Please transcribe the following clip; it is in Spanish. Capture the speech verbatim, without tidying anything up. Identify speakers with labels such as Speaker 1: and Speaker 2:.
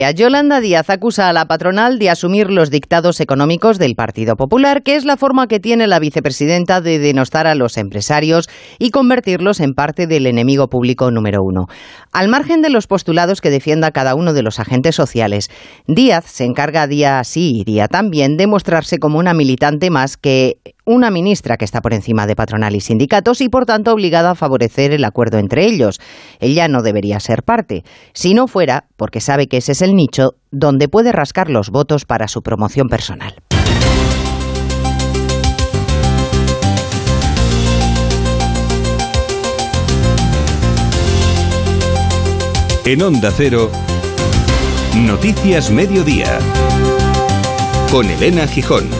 Speaker 1: Yolanda Díaz acusa a la patronal de asumir los dictados económicos del Partido Popular, que es la forma que tiene la vicepresidenta de denostar a los empresarios y convertirlos en parte del enemigo público número uno. Al margen de los postulados que defienda cada uno de los agentes sociales, Díaz se encarga día sí y día también de mostrarse como una militante más que una ministra que está por encima de patronal y sindicatos y por tanto obligada a favorecer el acuerdo entre ellos. Ella no debería ser parte, si no fuera porque sabe que ese es el nicho donde puede rascar los votos para su promoción personal.
Speaker 2: En Onda Cero, Noticias Mediodía, con Elena Gijón.